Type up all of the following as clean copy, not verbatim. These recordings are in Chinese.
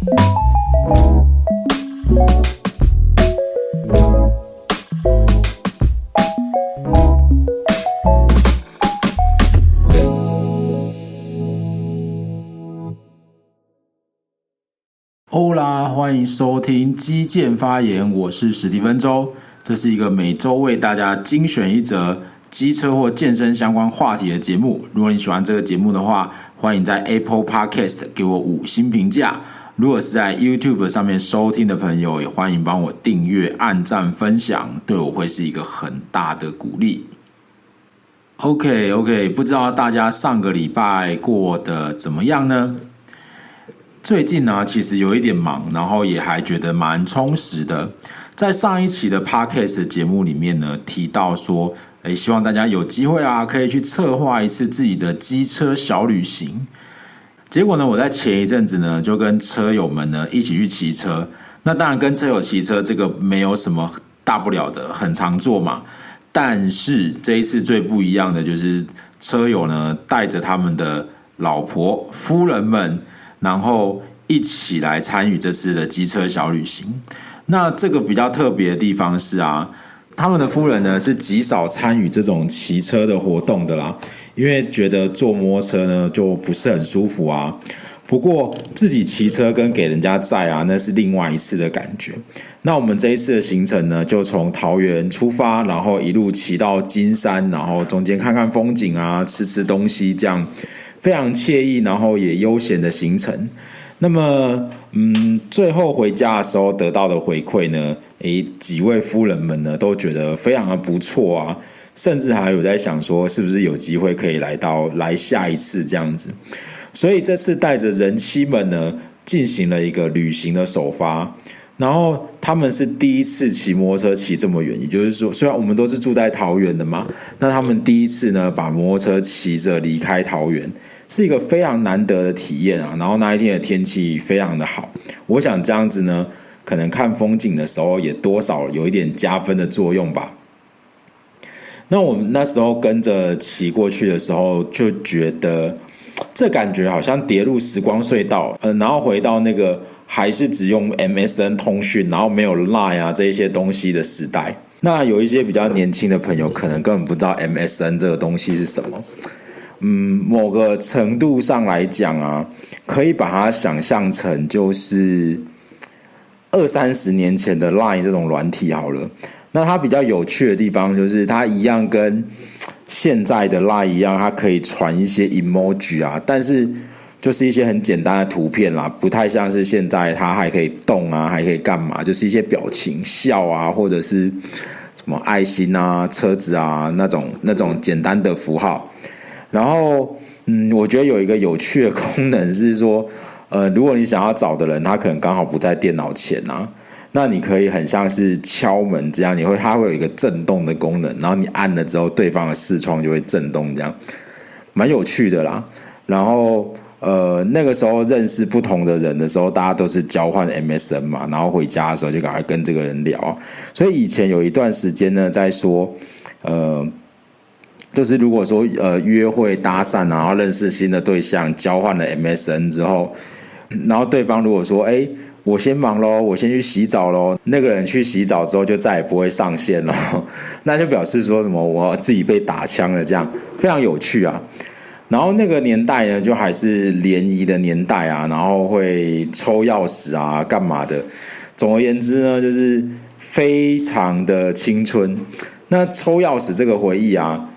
欧啦，欢迎收听基建发言，我是史蒂芬周。这是一个每周为大家精选一则机车或健身相关话题的节目。如果你喜欢这个节目的话，欢迎在 Apple Podcast 给我5星评价。如果是在 YouTube 上面收听的朋友，也欢迎帮我订阅、按赞、分享，对我会是一个很大的鼓励。OK， 不知道大家上个礼拜过得怎么样呢？最近呢，其实有一点忙，然后也还觉得蛮充实的。在上一期的 Podcast 节目里面呢，提到说，希望大家有机会啊，可以去策划一次自己的机车小旅行。结果呢，我在前一阵子呢，就跟车友们呢一起去骑车。那当然跟车友骑车这个没有什么大不了的，很常做嘛。但是这一次最不一样的就是车友呢带着他们的老婆、夫人们，然后一起来参与这次的机车小旅行。那这个比较特别的地方是啊，他们的夫人呢是极少参与这种骑车的活动的啦，因为觉得坐摩托车呢就不是很舒服啊。不过自己骑车跟给人家载啊，那是另外一次的感觉。那我们这一次的行程呢，就从桃园出发，然后一路骑到金山，然后中间看看风景啊，吃东西，这样非常惬意，然后也悠闲的行程。那么，最后回家的时候得到的回馈呢，几位夫人们呢都觉得非常的不错啊，甚至还有在想说，是不是有机会可以来下一次这样子。所以这次带着人妻们呢，进行了一个旅行的首发。然后他们是第一次骑摩托车骑这么远，也就是说，虽然我们都是住在桃园的嘛，那他们第一次呢把摩托车骑着离开桃园，是一个非常难得的体验啊。然后那一天的天气非常的好，我想这样子呢，可能看风景的时候也多少有一点加分的作用吧。那我们那时候跟着骑过去的时候，就觉得这感觉好像跌入时光隧道，然后回到那个还是只用 MSN 通讯，然后没有 Line 啊这一些东西的时代。那有一些比较年轻的朋友可能根本不知道 MSN 这个东西是什么。某个程度上来讲啊，可以把它想象成就是20-30年前的 Line 这种软体好了。那它比较有趣的地方就是它一样跟现在的 Line 一样，它可以传一些 emoji 啊，但是就是一些很简单的图片啦，不太像是现在它还可以动啊，还可以干嘛，就是一些表情笑啊，或者是什么爱心啊、车子啊那种简单的符号。然后我觉得有一个有趣的功能是说，如果你想要找的人他可能刚好不在电脑前啊，那你可以很像是敲门这样，它会有一个震动的功能，然后你按了之后对方的视窗就会震动，这样蛮有趣的啦。然后那个时候认识不同的人的时候，大家都是交换 MSN 嘛，然后回家的时候就赶快跟这个人聊。所以以前有一段时间呢，在说就是如果说约会搭讪啊，然后认识新的对象，交换了 MSN 之后，然后对方如果说我先忙咯，我先去洗澡咯，那个人去洗澡之后就再也不会上线咯，那就表示说什么我自己被打枪了，这样非常有趣啊。然后那个年代呢，就还是联谊的年代啊，然后会抽钥匙啊，干嘛的。总而言之呢，就是非常的青春。那抽钥匙这个回忆啊，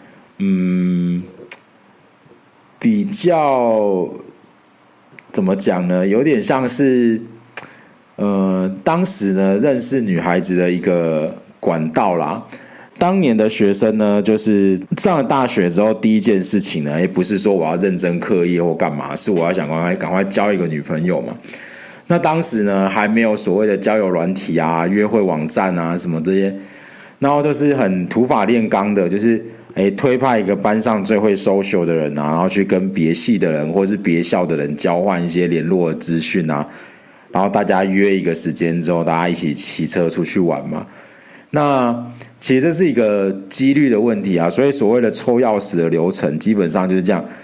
比较怎么讲呢？有点像是，当时呢认识女孩子的一个管道啦。当年的学生呢，就是上了大学之后，第一件事情呢，也不是说我要认真课业或干嘛，是我要想赶快交一个女朋友嘛。那当时呢，还没有所谓的交友软体啊、约会网站啊什么这些，然后就是很土法炼钢的，就是推派一个班上最会 social 的人啊，然后去跟别系的人或是别校的人交换一些联络的资讯啊，然后大家约一个时间之后，大家一起骑车出去玩嘛。那其实这是一个几率的问题啊，所以所谓的抽钥匙的流程基本上就是这样。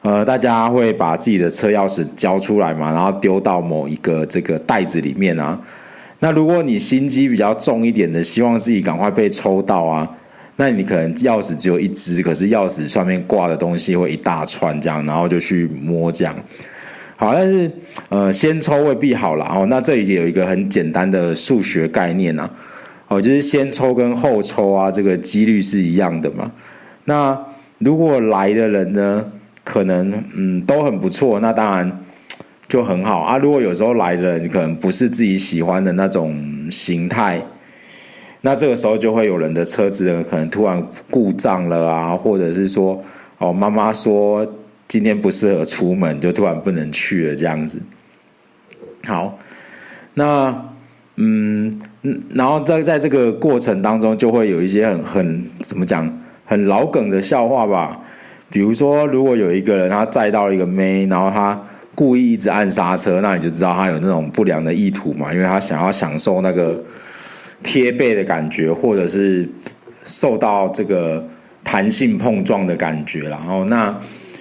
大家会把自己的车钥匙交出来嘛，然后丢到某一个这个袋子里面啊。那如果你心机比较重一点的，希望自己赶快被抽到啊，那你可能钥匙只有一只，可是钥匙上面挂的东西会一大串这样，然后就去摸这样。好，但是先抽未必好啦哦。那这里有一个很简单的数学概念啊，就是先抽跟后抽啊，这个几率是一样的嘛。那如果来的人呢，可能都很不错，那当然就很好啊。如果有时候来的人可能不是自己喜欢的那种形态，那这个时候就会有人的车子呢可能突然故障了啊，或者是说妈妈说今天不适合出门，就突然不能去了这样子。好，那然后在这个过程当中，就会有一些很怎么讲，很老梗的笑话吧。比如说，如果有一个人他载到一个妹，然后他故意一直按刹车，那你就知道他有那种不良的意图嘛，因为他想要享受那个贴背的感觉，或者是受到这个弹性碰撞的感觉。然后那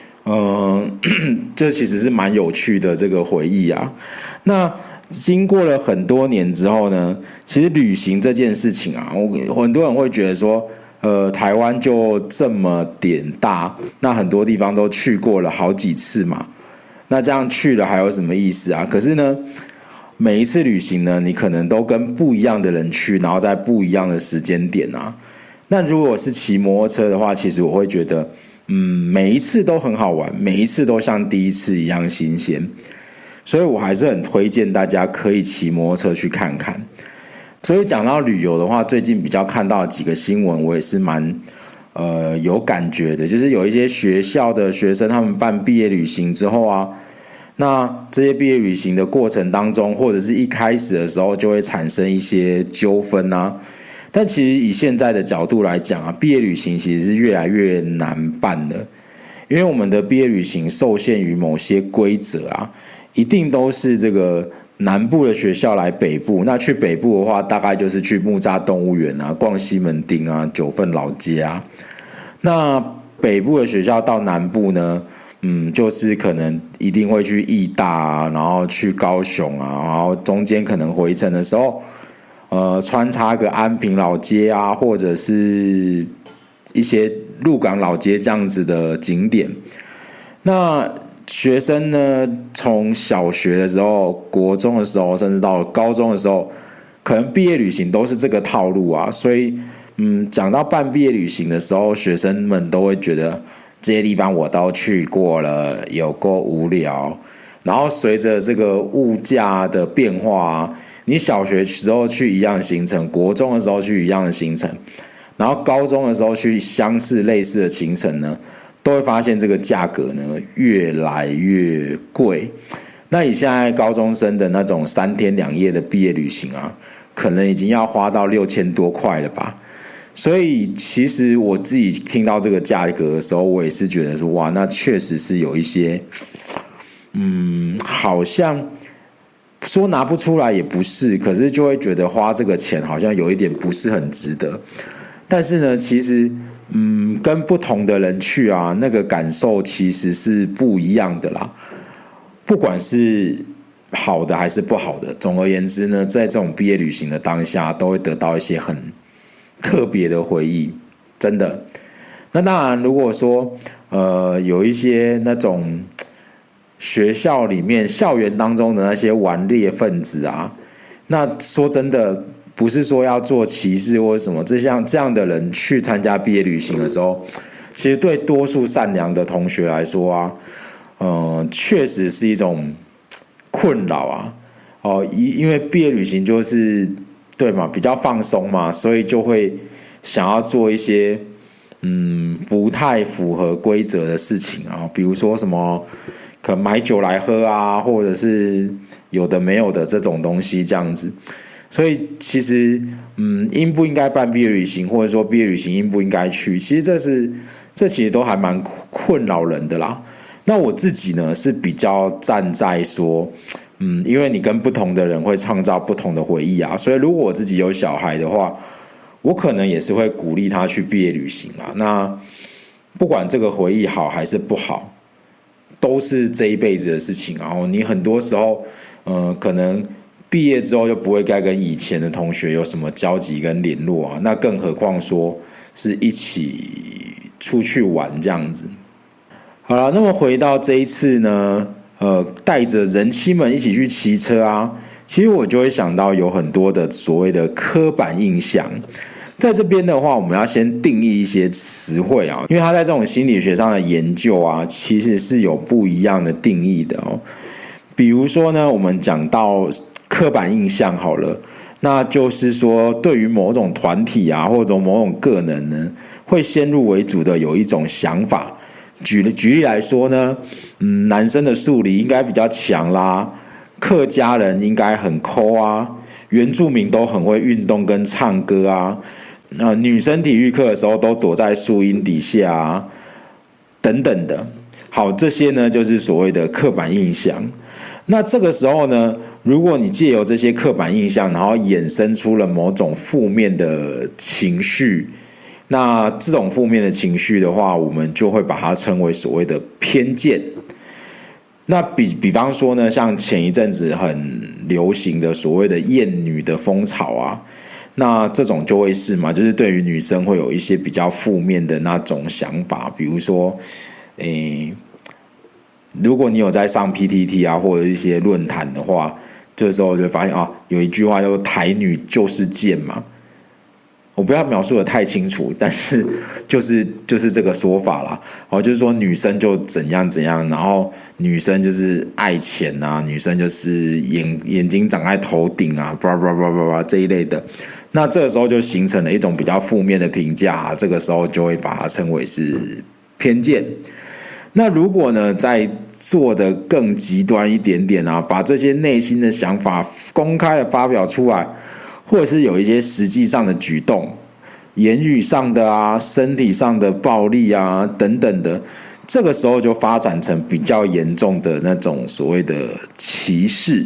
这其实是蛮有趣的这个回忆啊。那经过了很多年之后呢，其实旅行这件事情啊，很多人会觉得说，台湾就这么点大，那很多地方都去过了好几次嘛，那这样去了还有什么意思啊？可是呢，每一次旅行呢，你可能都跟不一样的人去，然后在不一样的时间点啊。那如果是骑摩托车的话，其实我会觉得，每一次都很好玩，每一次都像第一次一样新鲜，所以我还是很推荐大家可以骑摩托车去看看。所以讲到旅游的话，最近比较看到几个新闻，我也是蛮有感觉的，就是有一些学校的学生他们办毕业旅行之后啊，那这些毕业旅行的过程当中，或者是一开始的时候就会产生一些纠纷啊。但其实以现在的角度来讲啊，毕业旅行其实是越来越难办的，因为我们的毕业旅行受限于某些规则啊，一定都是这个南部的学校来北部，那去北部的话，大概就是去木栅动物园啊、逛西门町啊、九份老街啊。那北部的学校到南部呢，就是可能一定会去义大啊，然后去高雄啊，然后中间可能回程的时候，穿插个安平老街啊，或者是一些鹿港老街这样子的景点。那学生呢，从小学的时候、国中的时候，甚至到高中的时候，可能毕业旅行都是这个套路啊。所以，讲到办毕业旅行的时候，学生们都会觉得这些地方我都去过了，有够无聊。然后随着这个物价的变化啊，你小学时候去一样的行程，国中的时候去一样的行程，然后高中的时候去相似类似的行程呢，都会发现这个价格呢越来越贵。那以现在高中生的那种3天2夜的毕业旅行啊，可能已经要花到6000多块了吧。所以其实我自己听到这个价格的时候，我也是觉得说，哇，那确实是有一些，好像说拿不出来也不是，可是就会觉得花这个钱好像有一点不是很值得。但是呢，其实跟不同的人去啊，那个感受其实是不一样的啦。不管是好的还是不好的，总而言之呢，在这种毕业旅行的当下，都会得到一些很特别的回忆，真的。那当然，如果说有一些那种学校里面、校园当中的那些顽劣分子啊，那说真的，不是说要做歧视或者什么，这样的人去参加毕业旅行的时候，其实对多数善良的同学来说啊，确实是一种困扰啊。因为毕业旅行就是对嘛，比较放松嘛，所以就会想要做一些不太符合规则的事情啊，比如说什么可能买酒来喝啊，或者是有的没有的这种东西这样子。所以其实应不应该办毕业旅行，或者说毕业旅行应不应该去，其实这其实都还蛮困扰人的啦。那我自己呢是比较站在说因为你跟不同的人会创造不同的回忆啊，所以如果我自己有小孩的话，我可能也是会鼓励他去毕业旅行啦。那不管这个回忆好还是不好， 都是这一辈子的事情，然后你很多时候可能毕业之后就不会再跟以前的同学有什么交集跟联络啊，那更何况说是一起出去玩这样子。好了，那么回到这一次呢，带着人妻们一起去骑车啊，其实我就会想到有很多的所谓的刻板印象。在这边的话，我们要先定义一些词汇啊，因为它在这种心理学上的研究啊，其实是有不一样的定义的哦。比如说呢，我们讲到刻板印象好了，那就是说对于某种团体啊，或者某种个人呢，会先入为主的有一种想法。举例来说呢，男生的数理应该比较强啦，客家人应该很抠啊，原住民都很会运动跟唱歌啊。女生体育课的时候都躲在树荫底下啊，等等的。好，这些呢就是所谓的刻板印象。那这个时候呢，如果你借由这些刻板印象，然后衍生出了某种负面的情绪，那这种负面的情绪的话，我们就会把它称为所谓的偏见。那比方说呢，像前一阵子很流行的所谓的厌女的风潮啊。那这种就会是嘛，就是对于女生会有一些比较负面的那种想法，比如说，如果你有在上 PTT 啊或者一些论坛的话，这时候就会发现啊，有一句话叫做台女就是贱嘛。我不要描述的太清楚，但是就是这个说法啦。就是说女生就怎样怎样，然后女生就是爱钱啊，女生就是眼睛长在头顶啊，叭叭叭叭叭这一类的。那这个时候就形成了一种比较负面的评价，这个时候就会把它称为是偏见。那如果呢，再做得更极端一点点啊，把这些内心的想法公开的发表出来，或者是有一些实际上的举动，言语上的啊，身体上的暴力啊等等的，这个时候就发展成比较严重的那种所谓的歧视。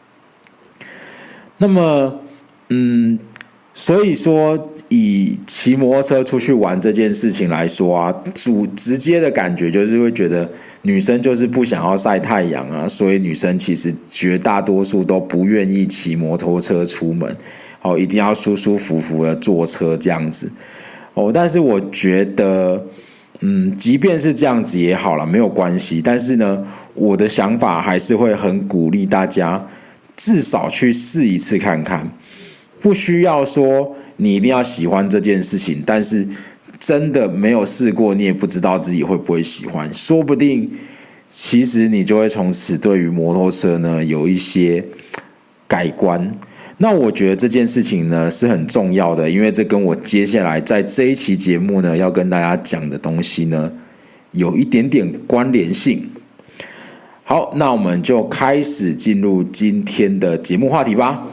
那么，所以说，以骑摩托车出去玩这件事情来说啊，直接的感觉就是会觉得女生就是不想要晒太阳啊，所以女生其实绝大多数都不愿意骑摩托车出门，一定要舒舒服服的坐车这样子。但是我觉得，即便是这样子也好了，没有关系。但是呢，我的想法还是会很鼓励大家，至少去试一次看看。不需要说你一定要喜欢这件事情，但是真的没有试过，你也不知道自己会不会喜欢。说不定，其实你就会从此对于摩托车呢有一些改观。那我觉得这件事情呢是很重要的，因为这跟我接下来在这一期节目呢要跟大家讲的东西呢有一点点关联性。好，那我们就开始进入今天的节目话题吧。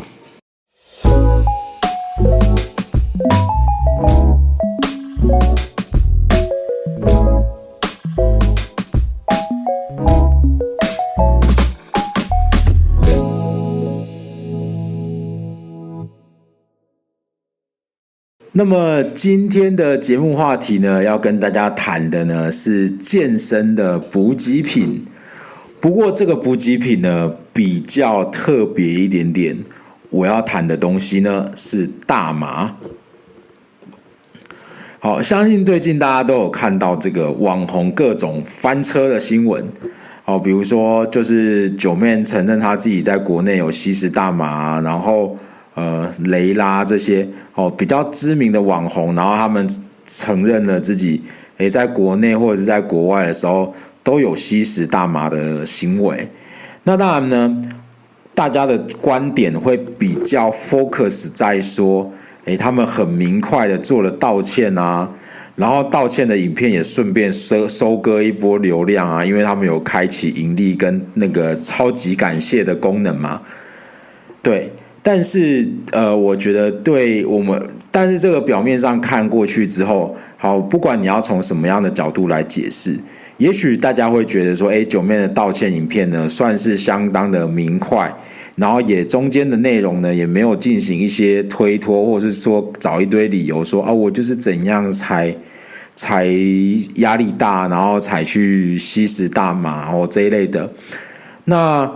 那么今天的节目话题呢，要跟大家谈的呢是健身的补给品。不过这个补给品呢比较特别一点点，我要谈的东西呢是大麻。好，相信最近大家都有看到这个网红各种翻车的新闻。比如说就是九妹承认她自己在国内有吸食大麻，然后雷拉这些比较知名的网红，然后他们承认了自己在国内或者是在国外的时候都有吸食大麻的行为。那当然呢，大家的观点会比较 focus 在说他们很明快的做了道歉啊，然后道歉的影片也顺便收割一波流量啊，因为他们有开启盈利跟那个超级感谢的功能嘛。对，但是我觉得对我们，但是这个表面上看过去之后，好，不管你要从什么样的角度来解释，也许大家会觉得说，九妹的道歉影片呢，算是相当的明快，然后也中间的内容呢，也没有进行一些推脱，或者是说找一堆理由说我就是怎样才才压力大，然后才去吸食大麻这一类的。那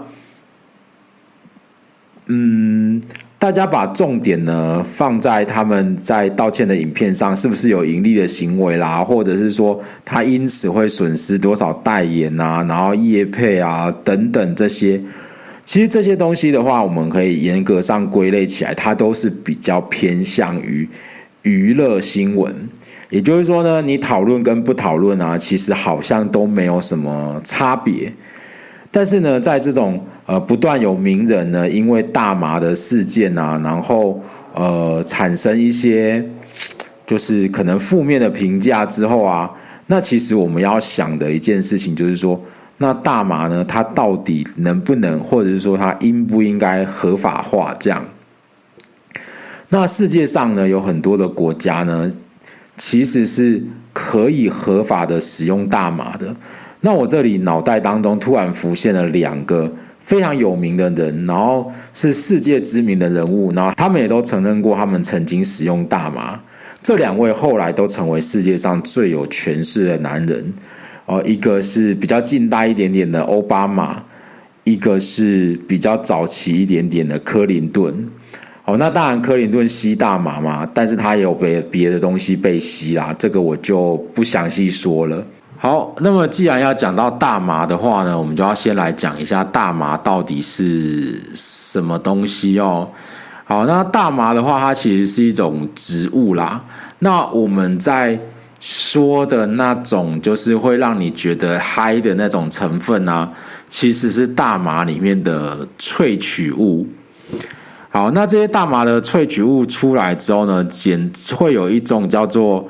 大家把重点呢放在他们在道歉的影片上，是不是有盈利的行为啦，或者是说他因此会损失多少代言啊，然后业配啊等等这些。其实这些东西的话，我们可以严格上归类起来，它都是比较偏向于娱乐新闻。也就是说呢，你讨论跟不讨论啊，其实好像都没有什么差别。但是呢，在这种不断有名人呢，因为大麻的事件啊，然后产生一些就是可能负面的评价之后啊，那其实我们要想的一件事情就是说，那大麻呢，它到底能不能，或者是说它应不应该合法化？这样，那世界上呢，有很多的国家呢，其实是可以合法的使用大麻的。那我这里脑袋当中突然浮现了2个非常有名的人，然后是世界知名的人物，然后他们也都承认过他们曾经使用大麻。这2位后来都成为世界上最有权势的男人。一个是比较近代一点点的奥巴马，一个是比较早期一点点的柯林顿。那当然柯林顿吸大麻嘛，但是他也有别的东西被吸啦，这个我就不详细说了。好，那么既然要讲到大麻的话呢，我们就要先来讲一下大麻到底是什么东西哦。好，那大麻的话，它其实是一种植物啦。那我们在说的那种就是会让你觉得嗨的那种成分啊，其实是大麻里面的萃取物。好，那这些大麻的萃取物出来之后呢，会有一种叫做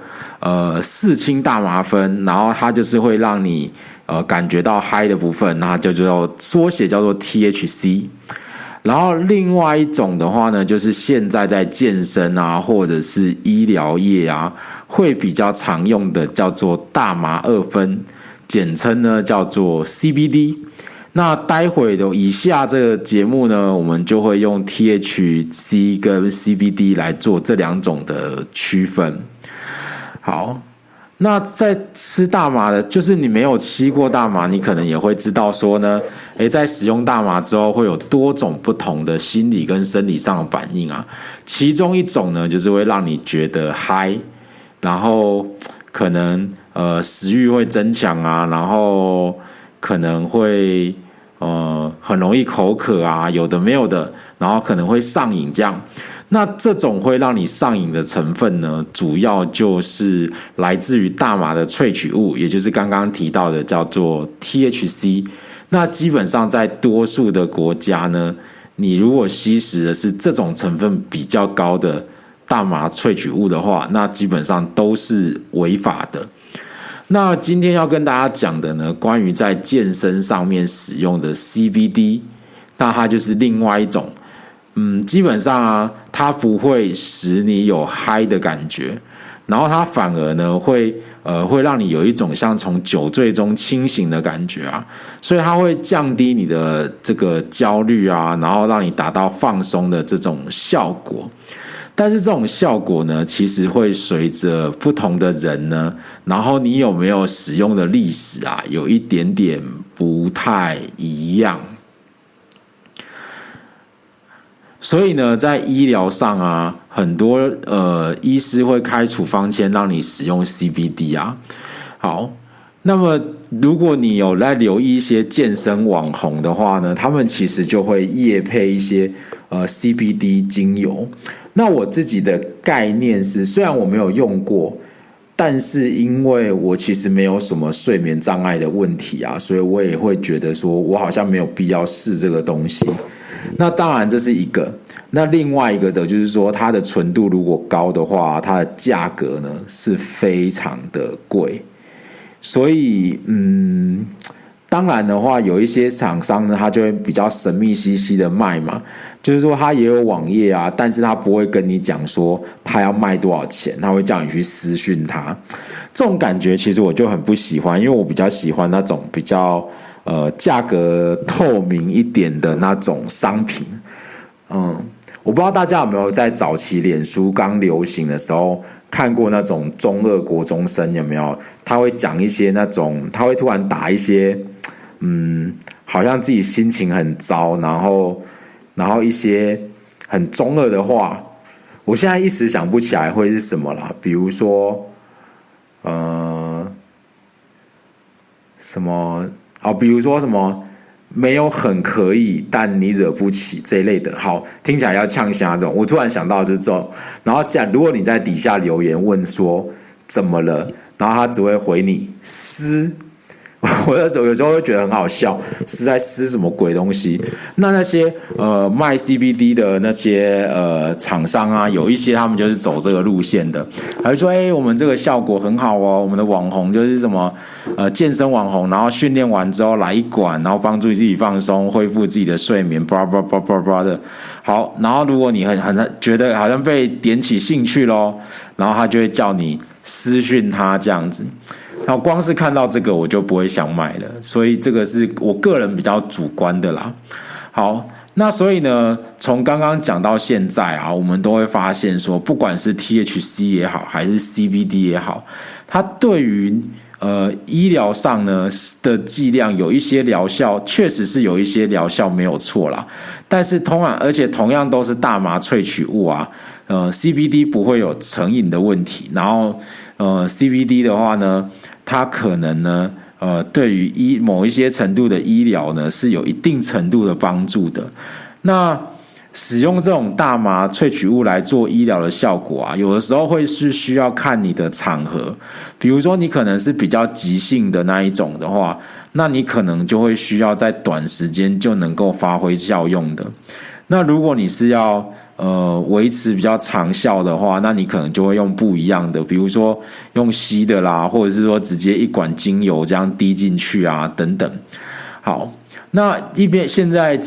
4氢大麻酚，然后它就是会让你感觉到嗨的部分，那它就叫缩写叫做 THC。然后另外一种的话呢，就是现在在健身啊或者是医疗业啊会比较常用的叫做大麻2酚，简称呢叫做 CBD。那待会的以下这个节目呢，我们就会用 THC 跟 CBD 来做这2种的区分。好，那在吃大麻的，就是你没有吸过大麻，你可能也会知道说呢，在使用大麻之后会有多种不同的心理跟生理上的反应啊。其中一种呢，就是会让你觉得嗨，然后可能食欲会增强啊，然后可能会很容易口渴啊，有的没有的，然后可能会上瘾这样。那这种会让你上瘾的成分呢，主要就是来自于大麻的萃取物，也就是刚刚提到的叫做 THC。那基本上在多数的国家呢，你如果吸食的是这种成分比较高的大麻萃取物的话，那基本上都是违法的。那今天要跟大家讲的呢，关于在健身上面使用的 CBD， 那它就是另外一种，基本上啊，它不会使你有嗨的感觉，然后它反而呢会让你有一种像从酒醉中清醒的感觉啊，所以它会降低你的这个焦虑啊，然后让你达到放松的这种效果。但是这种效果呢，其实会随着不同的人呢，然后你有没有使用的历史啊，有一点点不太一样。所以呢，在医疗上啊，很多医师会开处方签让你使用 CBD 啊。好，那么如果你有在留意一些健身网红的话呢，他们其实就会业配一些CBD 精油。那我自己的概念是，虽然我没有用过，但是因为我其实没有什么睡眠障碍的问题啊，所以我也会觉得说我好像没有必要试这个东西。那当然这是一个，那另外一个的就是说它的纯度如果高的话，它的价格呢是非常的贵。所以当然的话，有一些厂商呢，他就会比较神秘兮兮的卖嘛，就是说他也有网页啊，但是他不会跟你讲说他要卖多少钱，他会叫你去私讯他。这种感觉其实我就很不喜欢，因为我比较喜欢那种比较价格透明一点的那种商品。 我不知道大家有没有在早期脸书刚流行的时候看过那种中二国中生，有没有？他会讲一些那种，他会突然打一些，好像自己心情很糟，然后一些很中二的话。我现在一时想不起来会是什么啦，比如说，比如说什么没有很可以，但你惹不起这一类的。好，听起来要呛虾这种。我突然想到的是这种，然后如果你在底下留言问说怎么了，然后他只会回你撕。我有时候会觉得很好笑，是在撕什么鬼东西？那些卖 CBD 的那些厂商啊，有一些他们就是走这个路线的，还会说我们这个效果很好哦，我们的网红就是什么健身网红，然后训练完之后来一管，然后帮助自己放松，恢复自己的睡眠，blah blah blah blah blah的。好，然后如果你很觉得好像被点起兴趣咯，然后他就会叫你私讯他这样子。然后光是看到这个我就不会想买了，所以这个是我个人比较主观的啦。好，那所以呢，从刚刚讲到现在啊，我们都会发现说，不管是 THC 也好，还是 CBD 也好，它对于医疗上呢的剂量有一些疗效，确实是有一些疗效没有错啦。但是而且同样都是大麻萃取物啊，CBD 不会有成瘾的问题，然后CBD 的话呢，它可能呢对于某一些程度的医疗呢是有一定程度的帮助的。那使用这种大麻萃取物来做医疗的效果啊，有的时候会是需要看你的场合，比如说你可能是比较急性的那一种的话，那你可能就会需要在短时间就能够发挥效用的。那如果你是要维持比较长效的话，那你可能就会用不一样的，比如说用吸的啦，或者是说直接一管精油这样滴进去啊等等。好，那现在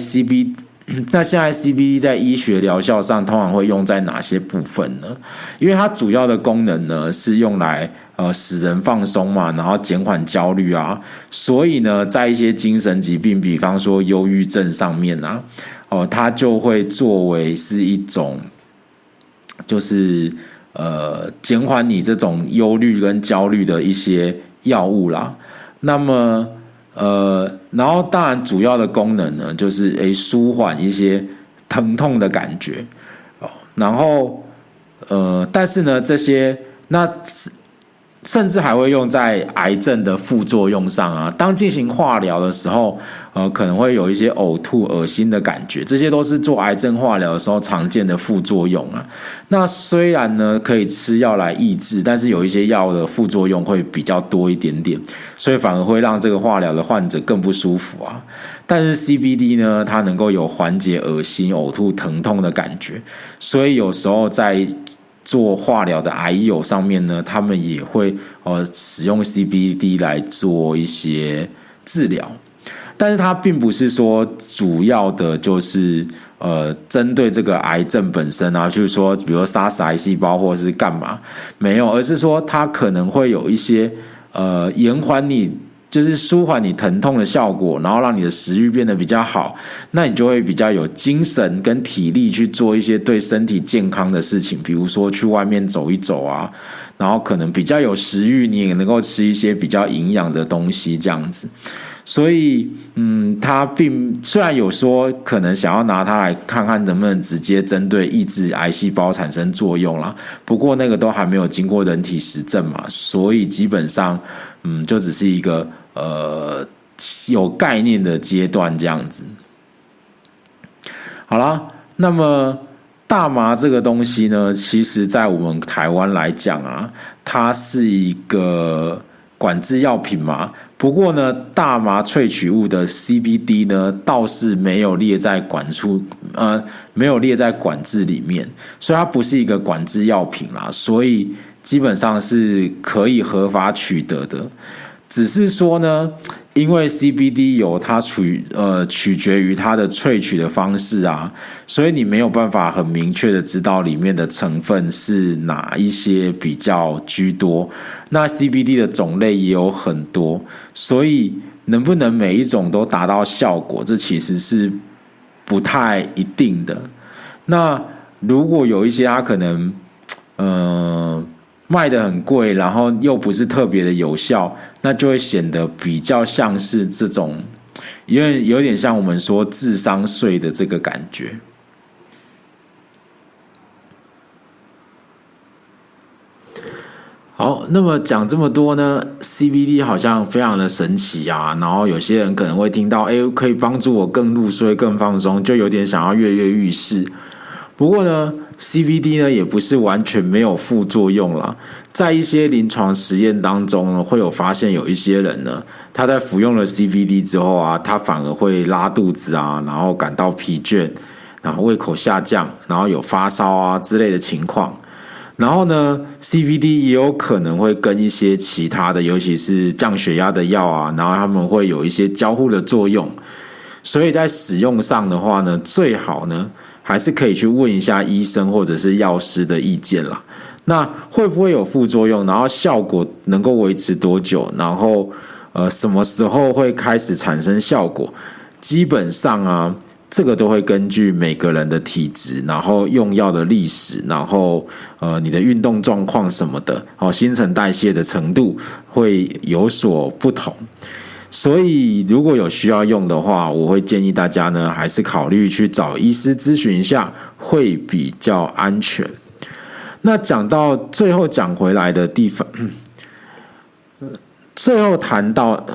CBD 在医学疗效上通常会用在哪些部分呢？因为它主要的功能呢是用来使人放松嘛，然后减缓焦虑啊，所以呢在一些精神疾病，比方说忧郁症上面啊，它就会作为是一种就是减缓你这种忧虑跟焦虑的一些药物啦。那么然后当然主要的功能呢，就是舒缓一些疼痛的感觉然后但是呢这些甚至还会用在癌症的副作用上啊。当进行化疗的时候，可能会有一些呕吐、恶心的感觉，这些都是做癌症化疗的时候常见的副作用啊。那虽然呢可以吃药来抑制，但是有一些药的副作用会比较多一点点，所以反而会让这个化疗的患者更不舒服啊。但是 CBD 呢，它能够有缓解恶心、呕吐、疼痛的感觉，所以有时候在做化疗的癌友上面呢，他们也会使用 CBD 来做一些治疗，但是它并不是说主要的就是针对这个癌症本身啊，就是说比如说杀死癌细胞或者是干嘛，没有，而是说它可能会有一些延缓你，就是舒缓你疼痛的效果，然后让你的食欲变得比较好，那你就会比较有精神跟体力去做一些对身体健康的事情，比如说去外面走一走啊，然后可能比较有食欲，你也能够吃一些比较营养的东西这样子。所以他虽然有说可能想要拿它来看看能不能直接针对抑制癌细胞产生作用啦，不过那个都还没有经过人体实证嘛，所以基本上就只是一个有概念的阶段这样子。好啦，那么大麻这个东西呢，其实在我们台湾来讲啊，它是一个管制药品嘛。不过呢，大麻萃取物的 CBD 呢，倒是没有列在管制里面，所以它不是一个管制药品啦，所以基本上是可以合法取得的。只是说呢，因为 CBD 有它取决于它的萃取的方式啊，所以你没有办法很明确的知道里面的成分是哪一些比较居多。那 CBD 的种类也有很多，所以能不能每一种都达到效果，这其实是不太一定的。 那如果有一些它可能卖得很贵，然后又不是特别的有效，那就会显得比较像是这种，因为有点像我们说智商税的这个感觉。好，那么讲这么多呢 ，CBD 好像非常的神奇啊，然后有些人可能会听到，可以帮助我更入睡、更放松，就有点想要跃跃欲试。不过呢 ，CBD 呢也不是完全没有副作用啦，在一些临床实验当中呢，会有发现有一些人呢，他在服用了 CBD 之后啊，他反而会拉肚子啊，然后感到疲倦，然后胃口下降，然后有发烧啊之类的情况。然后呢 ，CBD 也有可能会跟一些其他的，尤其是降血压的药啊，然后他们会有一些交互的作用。所以在使用上的话呢，最好呢还是可以去问一下医生或者是药师的意见啦。那会不会有副作用？然后效果能够维持多久？然后什么时候会开始产生效果？基本上啊。这个都会根据每个人的体质，然后用药的历史，然后你的运动状况什么的，新陈代谢的程度会有所不同。所以如果有需要用的话，我会建议大家呢，还是考虑去找医师咨询一下，会比较安全。那讲到最后讲回来的地方，最后谈到，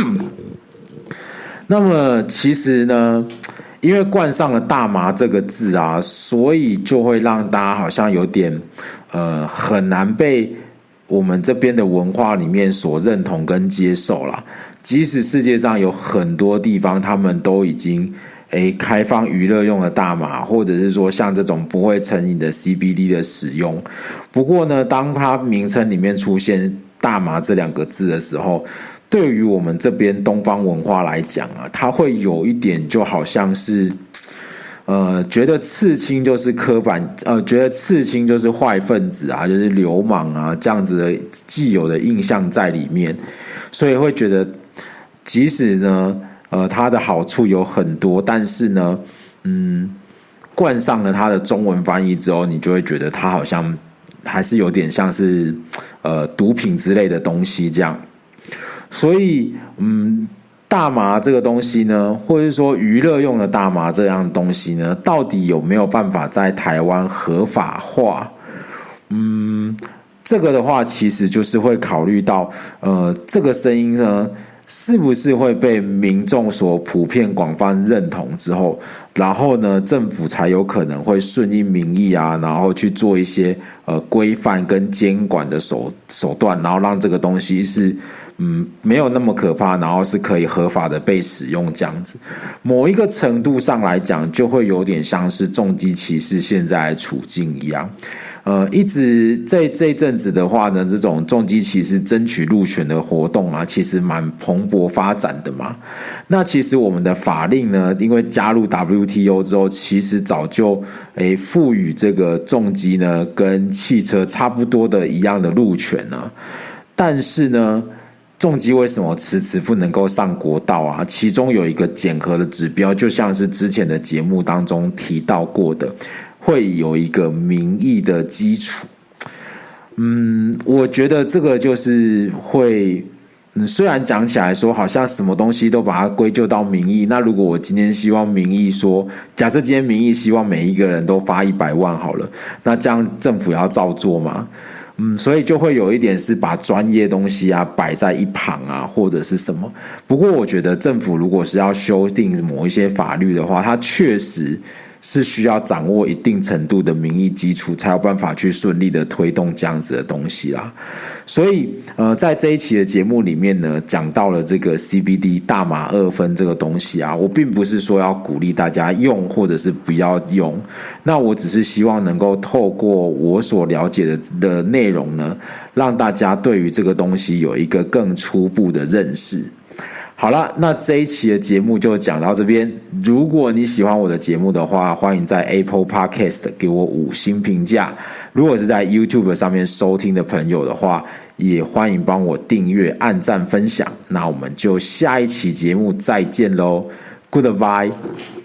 那么其实呢。因为冠上了大麻这个字啊，所以就会让大家好像有点很难被我们这边的文化里面所认同跟接受啦。即使世界上有很多地方他们都已经开放娱乐用的大麻，或者是说像这种不会成瘾的 CBD 的使用。不过呢，当它名称里面出现大麻这2个字的时候，对于我们这边东方文化来讲啊，它会有一点就好像是，觉得刺青就是刻板，觉得刺青就是坏分子啊，就是流氓啊，这样子的既有的印象在里面，所以会觉得，即使呢，它的好处有很多，但是呢，冠上了它的中文翻译之后，你就会觉得它好像还是有点像是毒品之类的东西这样。所以，大麻这个东西呢，或者是说娱乐用的大麻这样的东西呢，到底有没有办法在台湾合法化？这个的话，其实就是会考虑到，这个声音呢，是不是会被民众所普遍广泛认同之后，然后呢，政府才有可能会顺应民意啊，然后去做一些规范跟监管的手段，然后让这个东西是。没有那么可怕，然后是可以合法的被使用这样子。某一个程度上来讲，就会有点像是重机骑士现在的处境一样。一直在这一阵子的话呢，这种重机骑士争取路权的活动啊，其实蛮蓬勃发展的嘛。那其实我们的法令呢，因为加入 WTO 之后，其实早就赋予这个重机呢跟汽车差不多的一样的路权呢，但是呢。重机为什么迟迟不能够上国道啊？其中有一个检核的指标，就像是之前的节目当中提到过的，会有一个民意的基础。我觉得这个就是会，虽然讲起来说好像什么东西都把它归咎到民意，那如果我今天希望民意说，假设今天民意希望每一个人都发100万好了，那这样政府要照做吗？所以就会有一点是把专业东西啊摆在一旁啊，或者是什么。不过我觉得政府如果是要修订某一些法律的话，它确实是需要掌握一定程度的民意基础，才有办法去顺利的推动这样子的东西啦。所以在这一期的节目里面呢，讲到了这个 CBD 大麻2酚这个东西啊，我并不是说要鼓励大家用或者是不要用，那我只是希望能够透过我所了解的内容呢，让大家对于这个东西有一个更初步的认识。好了，那这一期的节目就讲到这边。如果你喜欢我的节目的话，欢迎在 Apple Podcast 给我5星评价。如果是在 YouTube 上面收听的朋友的话，也欢迎帮我订阅、按赞、分享。那我们就下一期节目再见喽 ，Goodbye。